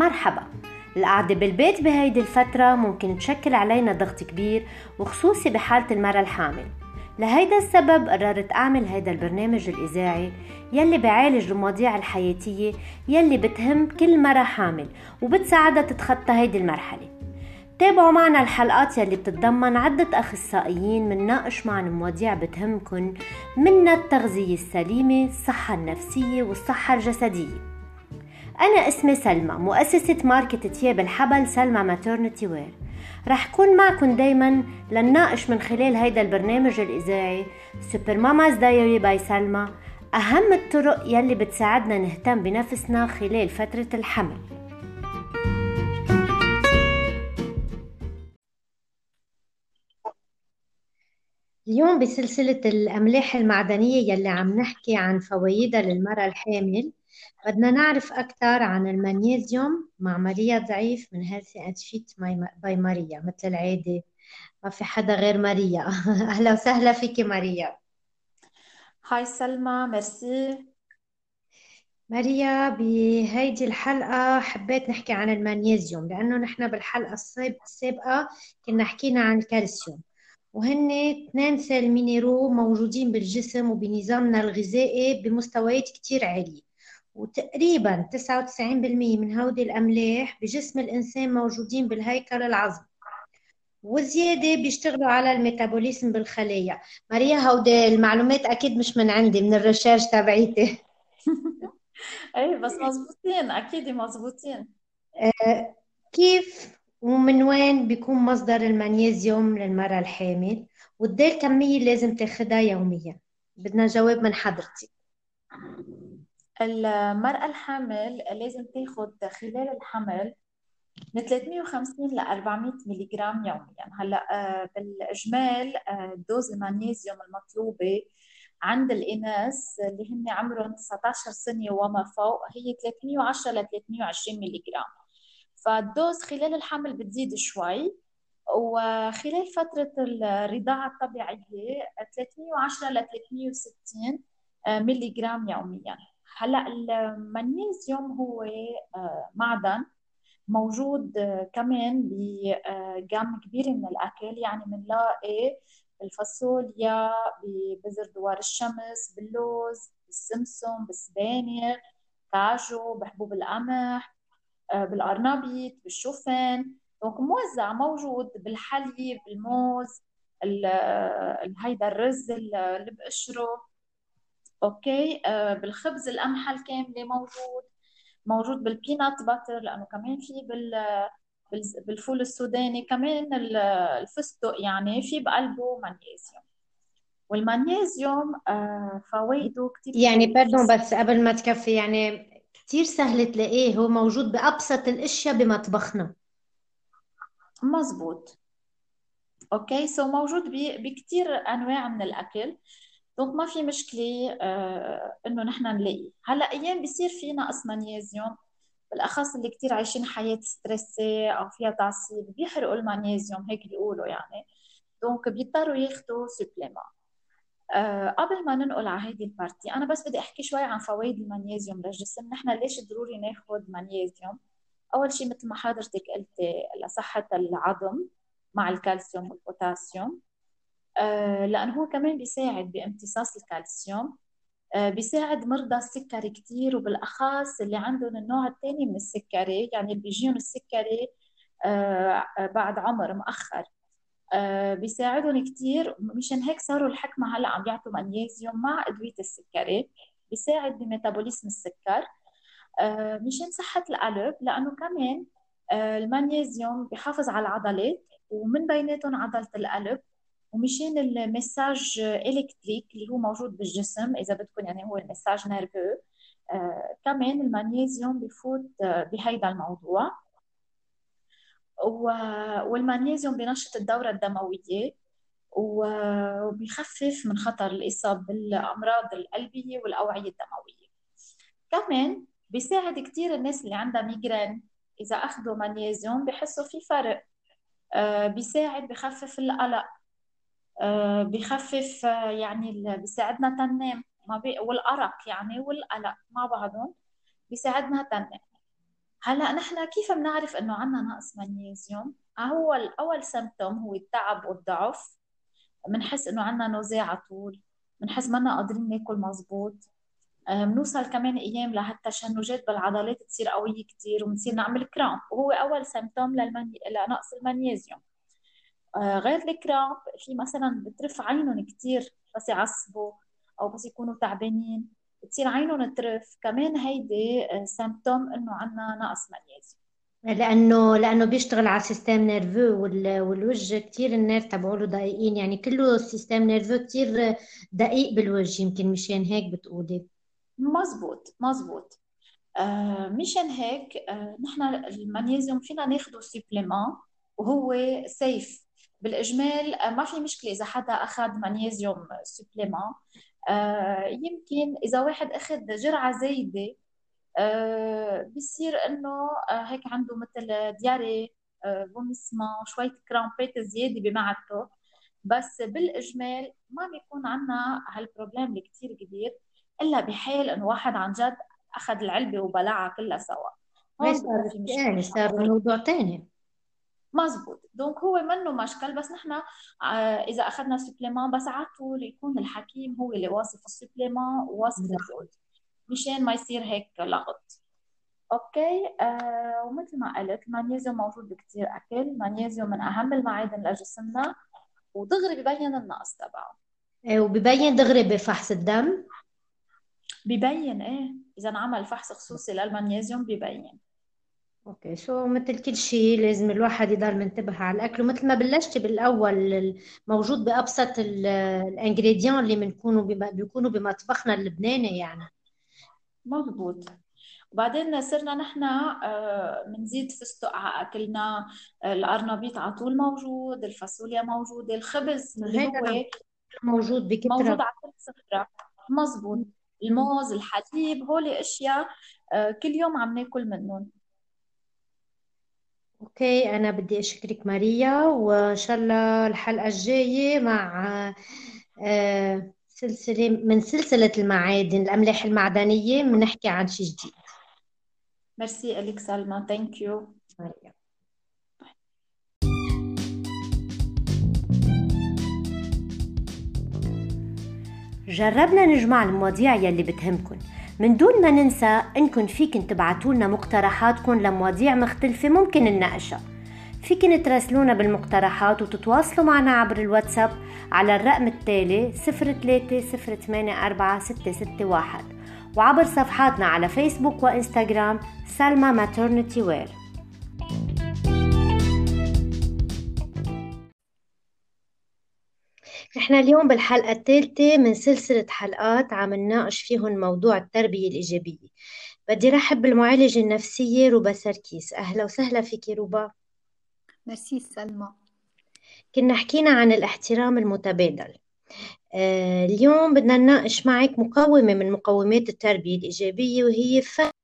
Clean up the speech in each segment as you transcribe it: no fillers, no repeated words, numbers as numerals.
مرحبا. القعدة بالبيت بهيدي الفترة ممكن تشكل علينا ضغط كبير، وخصوصي بحالة المرأة الحامل. لهيدا السبب قررت أعمل هيدا البرنامج الإذاعي يلي بعالج المواضيع الحياتية يلي بتهم كل مرأة حامل وبتساعدها تتخطى هيدي المرحلة. تابعوا معنا الحلقات يلي بتتضمن عدة أخصائيين منناقش معنا مواضيع بتهمكن، منها التغذية السليمة، الصحة النفسية والصحة الجسدية. أنا اسمي سلمى، مؤسسة ماركة تياب الحبل سلمى ماترنتي وير. رح كون معكن دايما لنناقش من خلال هيدا البرنامج الإذاعي سوبر ماماز دايري باي سلمى أهم الطرق يلي بتساعدنا نهتم بنفسنا خلال فترة الحمل. اليوم بسلسلة الأملاح المعدنية يلي عم نحكي عن فوائدها للمرأة الحامل، بدنا نعرف أكثر عن المغنيسيوم مع ماريا ضعيف من هيلثي أند فيت باي ماريا. مثل العادة ما في حدا غير ماريا. أهلا وسهلا فيكي ماريا. هاي سلمى، ميرسي. ماريا، بهيدي الحلقة حبيت نحكي عن المغنيسيوم لأنه نحن بالحلقة السابقة كنا حكينا عن الكالسيوم، وهن اثنين سيل مينيرو موجودين بالجسم وبنظامنا الغذائي بمستويات كتير عالية، وتقريبا 99% من هودي الأملاح بجسم الإنسان موجودين بالهيكل العظمي، والزيادة بيشتغلوا على الميتابوليزم بالخلايا. ماريا، هودي المعلومات أكيد مش من عندي، من الريسيرش تبعيتي. ايه بس مزبوطين، اكيد مزبوطين. كيف ومن وين بيكون مصدر المغنيسيوم للمرأة الحامل، وقد ايه الكمية اللي لازم تاخدها يوميا؟ بدنا جواب من حضرتك. المرأة الحامل لازم تاخد خلال الحمل من 350 ل 400 ملغ يوميا. هلا بالاجمال دوز المغنيسيوم المطلوبه عند الاناث اللي هن عمرهم 19 سنه وما فوق هي 310 ل 320 ملغ. فالدوز خلال الحمل بتزيد شوي، وخلال فترة الرضاعة الطبيعية 310 ل 360 ملي جرام يوميا. هلا المغنيسيوم هو معدن موجود كمان بجام كبير من الأكل، يعني بنلاقي بالفاصوليا، ببذر دوار الشمس، باللوز، بالسمسم، بالسبانخ، كاجو، بحبوب القمح، بالقرنبيط، بالشوفان. دونك موزع، موجود بالحليب، بالموز، هيدا الرز اللي بقشره. اوكي، بالخبز القمحة الكاملة موجود، موجود بالبينات باتر لانه كمان في بالفول السوداني كمان الفستق، يعني في بقلبه مغنيسيوم. والمغنيسيوم فوائده كتير يعني كتير في باردون، بس قبل ما تكفي، يعني كتير سهل تلاقيه، هو موجود بأبسط الأشياء بمطبخنا. مزبوط. اوكي، سو موجود بكتير انواع من الاكل. دونك ما في مشكله انه نحن نلاقيه. هلا ايام بيصير في نقص مغنيسيوم، بالاخص اللي كتير عايشين حياه ستريسي او فيها تعصيب، بيحرقوا المغنيسيوم هيك بيقولوا يعني. دونك بيضطروا ياخذوا سبليمون. قبل ما ننقل على هيدي البارتي، انا بس بدي احكي شوي عن فوائد المغنيسيوم للجسم. نحن ليش ضروري ناخذ مغنيسيوم؟ اول شيء مثل ما حضرتك قلتي، لصحه العظم مع الكالسيوم والبوتاسيوم. لأنه هو كمان بيساعد بامتصاص الكالسيوم. بيساعد مرضى السكري كتير، وبالأخص اللي عندهم النوع الثاني من السكري، يعني اللي بيجيهم السكري بعد عمر مؤخر. بيساعدهم كتير. مشان هيك صاروا الحكمة هلا عم بيعطوا مغنيسيوم مع أدوية السكري، بيساعد بميتابوليزم السكر. مشان صحة القلب، لأنه كمان المغنيسيوم بيحافظ على العضلات، ومن بيناتهم عضلة القلب. ومشان المساج الكتريك اللي هو موجود بالجسم اذا بدكم، يعني هو المساج نيرفو. كمان المغنيسيوم بفوت بهيدا الموضوع. والمغنيسيوم بينشط الدورة الدموية، وبيخفف من خطر الإصابة بالأمراض القلبية والأوعية الدموية. كمان بيساعد كتير الناس اللي عندها ميجرين، إذا أخذوا مغنيسيوم بحسوا في فرق. بيساعد بخفف القلق. بخفف يعني بيساعدنا تنام، ما والأرق يعني والقلق مع بعضهم بيساعدنا تنام. هلا نحن كيف بنعرف انه عندنا نقص مغنيسيوم؟ هو الاول سيمبتوم هو التعب والضعف. بنحس انه عندنا نوزيع على طول، بنحس ما قادرين ناكل مزبوط. بنوصل كمان ايام لهالتشنجات بالعضلات تصير قويه كتير، وبنصير نعمل كرامب، وهو اول سيمبتوم لنقص المغنيسيوم. غير الكرامب، في مثلا بترف عينهم كتير بس يعصبوا او بس يكونوا تعبانين، بتصير عينهم ترف كمان. هيدي سيمبتوم انه عندنا نقص مغنيسيوم. لانه بيشتغل على السيستم نيرفو والوجه كتير النير تبعوله دقيقين، يعني كله السيستم نيرفو كتير دقيق بالوجه، يمكن مشان هيك بتقولي. مزبوط مزبوط. مشان هيك نحن المغنيسيوم فينا ناخده سيبليمون، وهو سيف بالاجمال. ما في مشكله اذا حدا اخذ مغنيسيوم سيبليمون. يمكن اذا واحد اخذ جرعه زايده بيصير انه هيك عنده مثل دياري، فوميسمون، شويه كرامبات زياده بمعدته. بس بالاجمال ما بيكون عندنا هالبروبلم اللي كثير كبير، الا بحال انه واحد عن جد اخذ العلبه وبلعها كلها سوا. هي هون بيكون صار في مشكله. يعني صار موضوع تاني. مزبوط. دونك هو منه مشكل، بس نحن اذا اخذنا سبليمان بس على طول يكون الحكيم هو اللي واصف السبليمان وواصف الدوز، مشان ما يصير هيك لغط. اوكي. ومثل ما قلت المغنيسيوم موجود بكثير اكل. المغنيسيوم من اهم المعادن لجسمنا، ودغري ببين النقص تبعه. وببين دغري بفحص الدم. ببين ايه، اذا انعمل فحص خصوصي للمغنيسيوم ببين. اوكي، شو مثل كل شيء لازم الواحد يضل منتبه على الاكل، ومثل ما بلشتي بالاول موجود بابسط الانجريديون اللي بيكونوا بمطبخنا اللبناني يعني. مضبوط. وبعدين صرنا نحن بنزيد فستق على اكلنا. القرنبيط على طول موجود، الفاصوليا موجوده، الخبز اللي هو هيدا موجود موجود بكثرة. على كل سفره. مزبوط. الموز، الحليب، هول اشياء كل يوم عم ناكل منهم. اوكي، انا بدي اشكرك ماريا، وان شاء الله الحلقة الجاية مع سلسلة من سلسلة المعادن، الاملاح المعدنية، بنحكي عن شيء جديد. ميرسي الك سلمى، ثانك يو. ماريا. جربنا نجمع المواضيع يلي بتهمكن، من دون ما ننسى انكن فيكن تبعتولنا مقترحاتكن لمواضيع مختلفة ممكن نناقشها. فيكن تراسلونا بالمقترحات وتتواصلوا معنا عبر الواتساب على الرقم التالي 03084661، وعبر صفحاتنا على فيسبوك وإنستغرام سلمى ماترنتي وير. احنا اليوم بالحلقة الثالثة من سلسلة حلقات عم نناقش فيهن موضوع التربية الإيجابية. بدي رحب بالمعالجة النفسية روبا سركيس. أهلا وسهلا فيك روبا. ميرسي سلمى. كنا حكينا عن الاحترام المتبادل. اليوم بدنا نناقش معك مقومة من مقومات التربية الإيجابية، وهي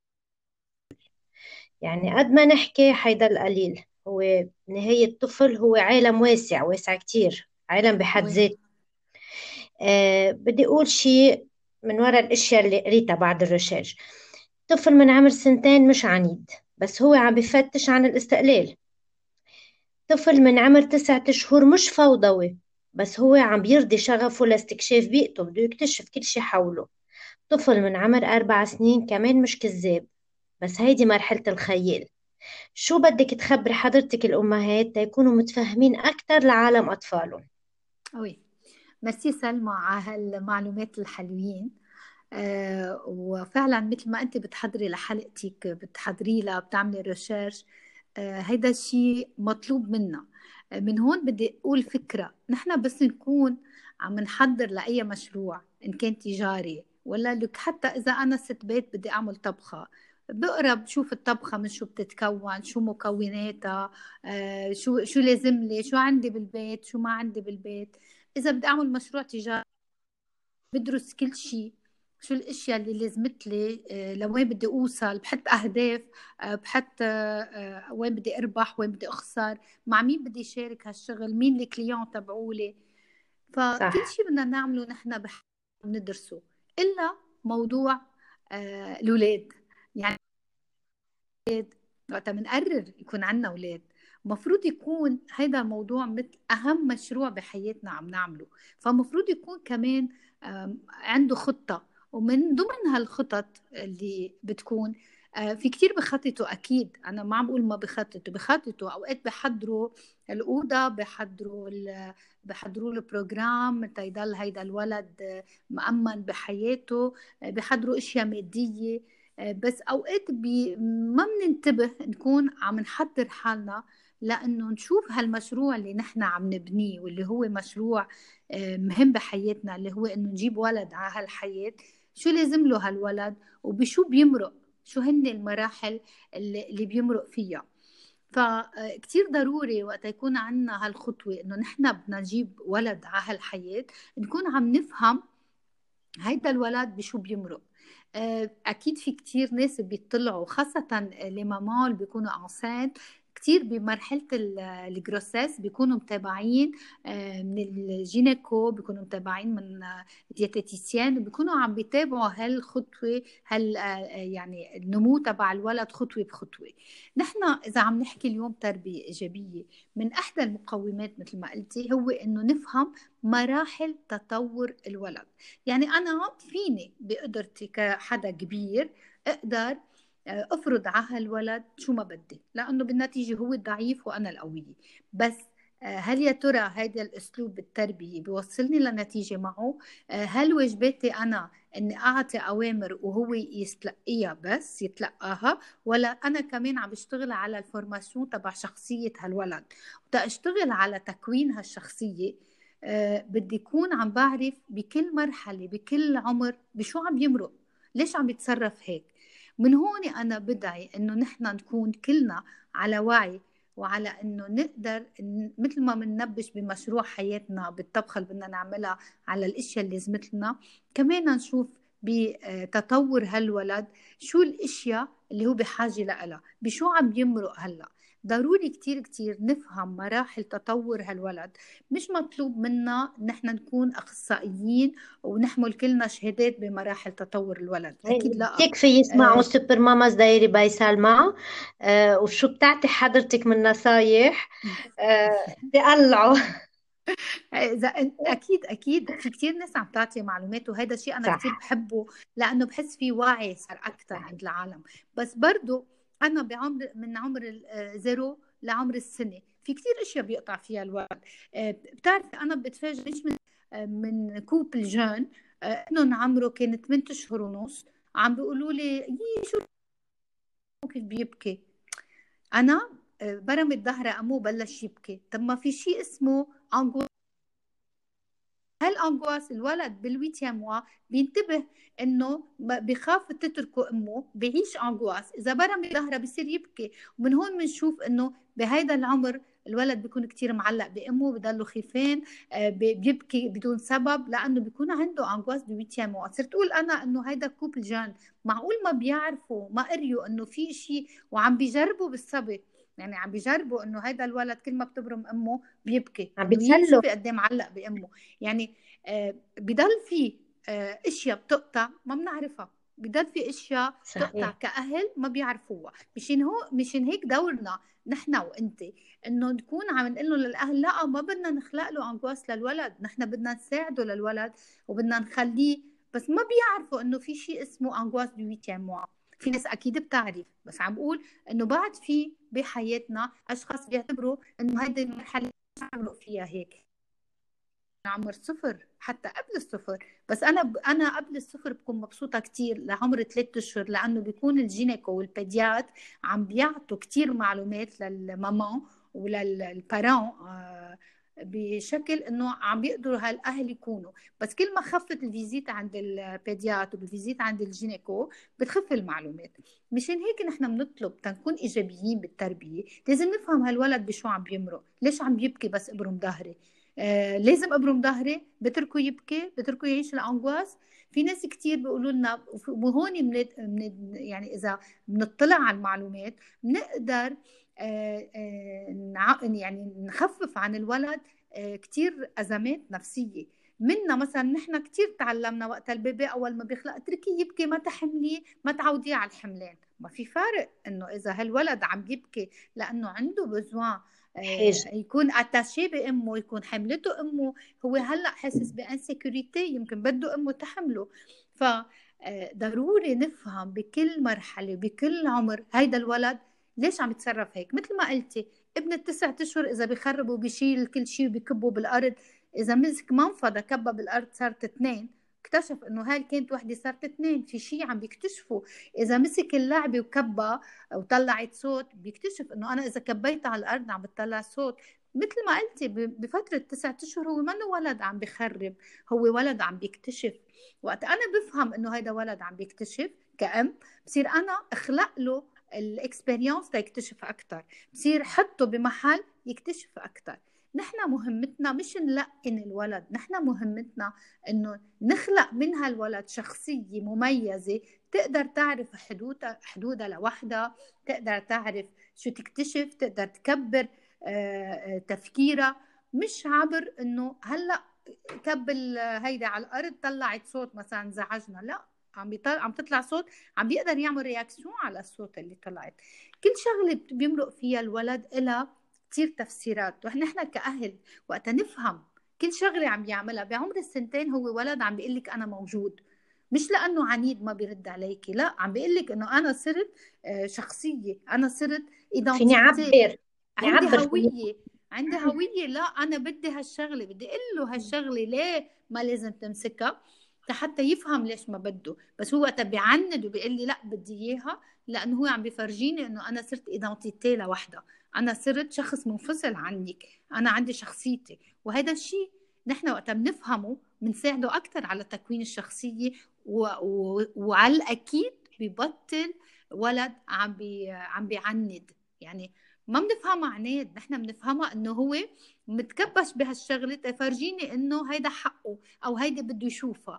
يعني قد ما نحكي حيدا القليل. هو نهاية الطفل هو عالم واسع واسع كتير، عالم بحد وي. ذاته. بدي أقول شيء من وراء الأشياء اللي قريتها بعد الريسيرش. طفل من عمر 2 مش عنيد، بس هو عم بفتش عن الاستقلال. طفل من عمر 9 أشهر مش فوضوي، بس هو عم بيرضي شغفه لاستكشاف بيئته، بده يكتشف كل شي حوله. طفل من عمر 4 سنين كمان مش كذاب، بس هيدي مرحلة الخيال. شو بدك تخبري حضرتك الأمهات تيكونوا متفهمين أكتر لعالم أطفالهم؟ وي. ميرسي سلمى على هالمعلومات الحلوين. وفعلا مثل ما انت بتحضري لحلقتك بتحضري لها بتعملي ريسيرش. هيدا الشيء مطلوب منا. من هون بدي اقول فكرة، نحن بس نكون عم نحضر لأي مشروع ان كان تجاري ولا لك، حتى اذا انا ست بيت بدي اعمل طبخة، بقرا بشوف الطبخة من شو بتتكون، شو مكوناتها، شو لازم لي، شو عندي بالبيت، شو ما عندي بالبيت. إذا بدي أعمل مشروع تجاري بدرس كل شيء، شو الاشياء اللي لازمت لي، لوين بدي اوصل، بحط اهداف، بحط وين بدي اربح، وين بدي اخسر، مع مين بدي شارك هالشغل، مين الكليون تبعولي. فكل صح. شيء بدنا نعمله نحن بندرسه، الا موضوع الاولاد. يعني وقت بنقرر يكون عنا أولاد مفروض يكون هيدا الموضوع مثل أهم مشروع بحياتنا عم نعمله. فمفروض يكون كمان عنده خطة، ومن ضمن هالخطط اللي بتكون في كتير بخططوا. أكيد أنا ما عم بقول ما بخططوا أوقات بحضروا الأوضة، بحضروا البروجرام تيضل هيدا الولد مأمن بحياته، بحضروا أشياء مادية. بس أوقات ما بننتبه نكون عم نحضر حالنا لأنه نشوف هالمشروع اللي نحن عم نبنيه، واللي هو مشروع مهم بحياتنا، اللي هو إنه نجيب ولد على هالحياة. شو لازم له هالولد، وبشو بيمرق، شو هن المراحل اللي بيمرق فيها. فكتير ضروري وقت يكون عنا هالخطوة إنه نحن بدنا نجيب ولد على هالحياة، نكون عم نفهم هيدا الولد بشو بيمرق. أكيد في كتير ناس بيطلعوا، خاصة لمامال بيكونوا أنسانت كتير بمرحلة الجروسيس، بيكونوا متابعين من الجينيكو، بيكونوا متابعين من دياتيتيسيان، بيكونوا عم بيتابعوا هالخطوة، يعني النمو تبع الولد خطوة بخطوة. نحن إذا عم نحكي اليوم تربية إيجابية، من أحدى المقومات مثل ما قلتي هو إنه نفهم مراحل تطور الولد. يعني أنا فيني بقدرتي كحدا كبير أقدر أفرض على هالولد شو ما بدي، لأنه بالنتيجة هو الضعيف وأنا القوية. بس هل يا ترى هذا الأسلوب بالتربية بيوصلني لنتيجة معه؟ هل واجباتي أنا أني أعطي أوامر وهو يستلقيها بس يتلقاها، ولا أنا كمان عم بشتغل على الفورماسيون تبع شخصية هالولد؟ وتأشتغل على تكوين هالشخصية بدي يكون عم بعرف بكل مرحلة بكل عمر بشو عم يمرق، ليش عم يتصرف هيك. من هون أنا بدعي إنه نحن نكون كلنا على وعي، وعلى إنه نقدر مثل ما بننبش بمشروع حياتنا بالطبخة اللي بدنا نعملها على الأشياء اللي لازمتنا، كمان نشوف بتطور هالولد شو الأشياء اللي هو بحاجة لها، بشو عم يمرق هلأ. ضروري كتير كتير نفهم مراحل تطور هالولد. مش مطلوب منا نحن نكون أخصائيين ونحمل كلنا شهادات بمراحل تطور الولد، أكيد لا. بيكفي يسمعوا سوبر ماماز دايري باي سلمى. وشو بتعطي حضرتك من نصايح تقلعوا. إذا أكيد في كتير ناس عم تعطي معلومات، وهذا الشيء أنا كتير صح. بحبه، لأنه بحس في وعي صار أكتر عند العالم. بس برضو أنا من عمر الزيرو لعمر السنة في كتير أشياء بيقطع فيها الولد. بتعرفي أنا بتفاجئ مش من كوبل جون إنهم عمره كان 8 أشهر ونص، عم بيقولوا لي شو كيف بيبكي. أنا برمت ظهري أمه بلش يبكي. طب ما في شيء اسمه هالانغواس. الولد بالويتيام موا بينتبه انه بخاف تتركه امه، بيعيش انغواس، اذا برم ظهره بصير يبكي. ومن هون بنشوف انه بهيدا العمر الولد بيكون كتير معلق بامه، بضلوا خيفين، بيبكي بدون سبب لانه بيكون عنده انغواس بويتيام موا. صرت اقول انا انه هيدا كوبل جان معقول ما بيعرفوا، ما قريوا انه في شيء وعم بيجربوا بالصبي. يعني عم بيجربوا انه هيدا الولد كل ما بتبرم امه بيبكي، عم انه يي بيتسلوا. شوفي قد ايه معلق بامه. يعني بضل في اشياء بتقطع ما بنعرفها، بضل في اشياء بتقطع صحيح. كاهل ما بيعرفوها. مشان هيك دورنا نحن وانت انه نكون عم نقول له للاهل لا ما بدنا نخلق له انقواس للولد، نحن بدنا نساعده للولد وبدنا نخليه. بس ما بيعرفوا انه في شيء اسمه انقواس بويتيام موا. في ناس اكيد بتعرف، بس عم بقول انه بعد في بحياتنا اشخاص بيعتبروا انه هيدي المرحله عملوا فيها هيك عمر صفر، حتى قبل الصفر. بس انا قبل الصفر بكون مبسوطه كتير لعمر 3 اشهر، لانه بيكون الجينيكو والبيديات عم بيعطوا كتير معلومات للماما وللبارون بشكل انه عم بيقدروا هالاهل يكونوا. بس كل ما خفت الفيزيت عند البيديات والفيزيت عند الجينيكو بتخف المعلومات. مشان هيك نحن بنطلب تنكون ايجابيين بالتربيه، لازم نفهم هالولد بشو عم بيمرق، ليش عم بيبكي بس ابرم ظهري. لازم ابرم ظهري، بتركه يبكي، بتركه يعيش الانغواس. في ناس كتير بيقولوا لنا، وهون يعني اذا بنطلع على المعلومات بنقدر يعني نخفف عن الولد كتير ازمات نفسيه. منا مثلا نحن كتير تعلمنا وقت البيبي اول ما بيخلق اتركيه يبكي، ما تحمليه، ما تعوديه على الحملان. ما في فارق انه اذا هالولد عم يبكي لانه عنده بزوان حاجة. يكون اتاشي بامه، يكون حملته امه، هو هلا حاسس بانسكيورتي يمكن بده امه تحمله. ف ضروري نفهم بكل مرحله بكل عمر هيدا الولد ليش عم يتصرف هيك. مثل ما قلتي ابن ال9 اشهر اذا بيخرب وبيشيل كل شيء وبيكبه بالارض، اذا مسك منفضه كبها بالارض صارت 2، اكتشف انه هاي كانت وحده صارت 2، في شيء عم بيكتشفوا. اذا مسك اللعبه وكبها وطلعت صوت بيكتشف انه انا اذا كبيتها على الارض عم بتطلع صوت. مثل ما قلتي بفتره 9 اشهر هو منه ولد عم بخرب، هو ولد عم بيكتشف. وقت انا بفهم انه هيدا ولد عم بيكتشف كأم، بصير انا اخلق له الاكسبيرينس تيكتشف اكثر، بصير حطه بمحل يكتشف اكثر. نحن مهمتنا مش نلقن الولد، نحن مهمتنا انه نخلق من هالولد شخصية مميزة تقدر تعرف حدودها لوحدها، تقدر تعرف شو تكتشف، تقدر تكبر تفكيرها، مش عبر انه هلا كب هيدا على الارض طلعت صوت مثلا زعجنا، لا، عم تطلع صوت، عم بيقدر يعمل رياكسيون على الصوت اللي طلعت. كل شغله بيمرق فيها الولد إلها كثير تفسيرات، ونحن كأهل وقت نفهم كل شغله عم بيعملها بعمر ال2 هو ولد عم بيقول لك انا موجود، مش لانه عنيد ما بيرد عليكي، لا، عم بيقول لك انه انا صرت شخصيه، انا صرت فيني ايدنتيتي، أعبر، عندي فيني. هويه، عندي هويه، لا انا بدي هالشغله، بدي اقول له هالشغله ليه ما لازم تمسكها حتى يفهم ليش ما بده. بس هو وقت بيعند وبيقول لي لا بدي اياها، لانه هو عم بيفرجيني انه انا صرت ايدنتيتي لوحدها، انا صرت شخص منفصل عنك، انا عندي شخصيتي. وهذا الشيء نحن وقت بنفهمه بنساعده اكثر على تكوين الشخصيه، وعلى الاكيد ببطل ولد عم بيعند. يعني ما بنفهمها عناد، نحن بنفهمها انه هو متكبش بهالشغله تفرجيني انه هيدا حقه او هيدا بده يشوفها.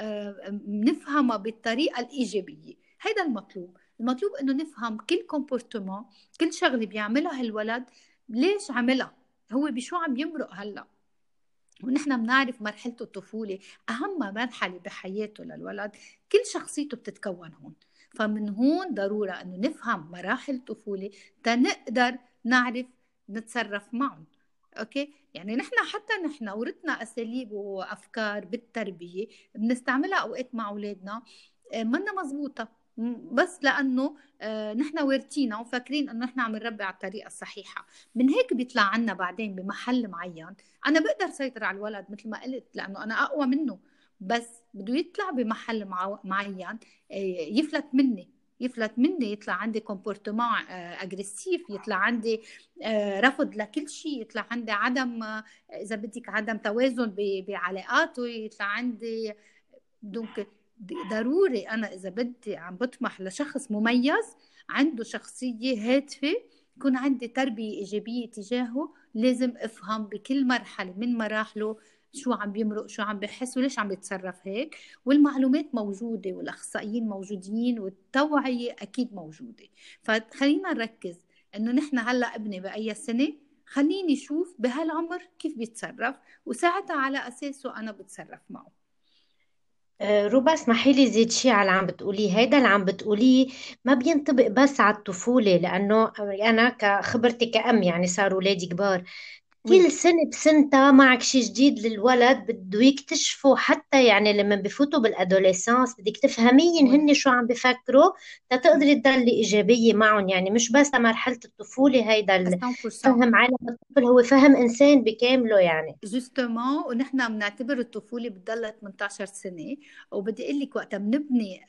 بنفهمها بالطريقه الايجابيه، هيدا المطلوب. المطلوب انه نفهم كل كومبورتمون، كل شغله بيعملها هالولد ليش عملها، هو بشو عم يمرق هلا. ونحن بنعرف مرحلة الطفولة أهم مرحلة بحياته للولد، كل شخصيته بتتكون هون. فمن هون ضرورة أنه نفهم مراحل الطفولة تنقدر نعرف نتصرف معهم. أوكي، يعني حتى نحن ورثنا أساليب وأفكار بالتربية بنستعملها أوقات مع أولادنا منا مزبوطة، بس لأنه نحن وارثينها وفاكرين أنه نحن عم نربي على الطريقة الصحيحة. من هيك بيطلع عنا بعدين بمحل معين انا بقدر سيطر على الولد مثل ما قلت لانه انا اقوى منه، بس بده يطلع بمحل معين يفلت مني، يطلع عندي كومبورتمون اجريسيف، يطلع عندي رفض لكل شيء، يطلع عندي عدم اذا بدك عدم توازن بعلاقاته، يطلع عندي دونك. ضروري انا اذا بدي عم بطمح لشخص مميز عنده شخصيه هادفه، يكون عندي تربيه ايجابيه تجاهه، لازم افهم بكل مرحله من مراحله شو عم بيمرق، شو عم بحس، وليش عم بيتصرف هيك. والمعلومات موجوده والاخصائيين موجودين والتوعيه اكيد موجوده. فخلينا نركز انه نحن هلا ابني باي سنه، خليني اشوف بهالعمر كيف بيتصرف وساعتها على اساسه انا بتصرف معه. روبا، اسمحي لي زيد شيء على اللي عم بتقوليه. هيدا اللي عم بتقوليه ما بينطبق بس على الطفولة، لأنه أنا كخبرتي كأم يعني صار ولادي كبار، وي كل سنة بسنتها معك شيء جديد للولد بده يكتشفه. حتى يعني لما بفوتوا بالادوليسانس بدك تفهمين وي هن شو عم بفكروا تقدري تضلي إيجابية معهم. يعني مش بس مرحلة الطفولة، هيدا 100%. الفهم عالم الطفل هو فهم إنسان بكامله يعني. جوستومون، ونحن بنعتبر الطفوله بتضل 18 سنه، وبدي اقول لك وقتها بنبني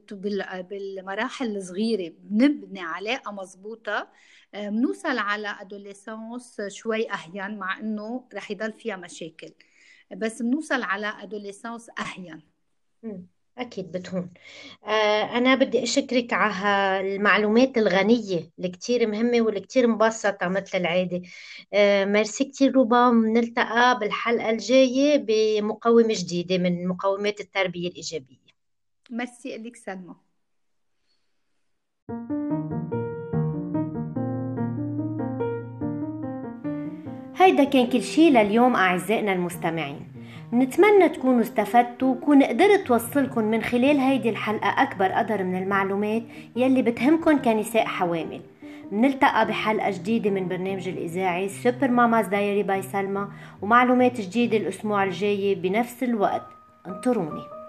بالمراحل الصغيره بنبني علاقه مضبوطه، بنوصل على ادوليسانس شوي اهين، مع انه رح يضل فيها مشاكل، بس بنوصل على ادوليسانس اهين. مم. أكيد بتهون. أنا بدي أشكرك على المعلومات الغنية اللي كتير مهمة واللي كتير مبسطة مثل العادة. ميرسي كتير روبا، بنلتقى بالحلقة الجاية بمقومة جديدة من مقومات التربية الإيجابية. ميرسي لك سلمى. هيدا كان كل شي لليوم أعزائنا المستمعين. نتمنى تكونوا استفدتوا وكون قدرت توصلكم من خلال هيدي الحلقة أكبر قدر من المعلومات يلي بتهمكن كنساء حوامل. منلتقى بحلقة جديدة من برنامج الإذاعي سوبر ماماز دايري باي سلمى، ومعلومات جديدة الأسبوع الجاي بنفس الوقت. انطروني.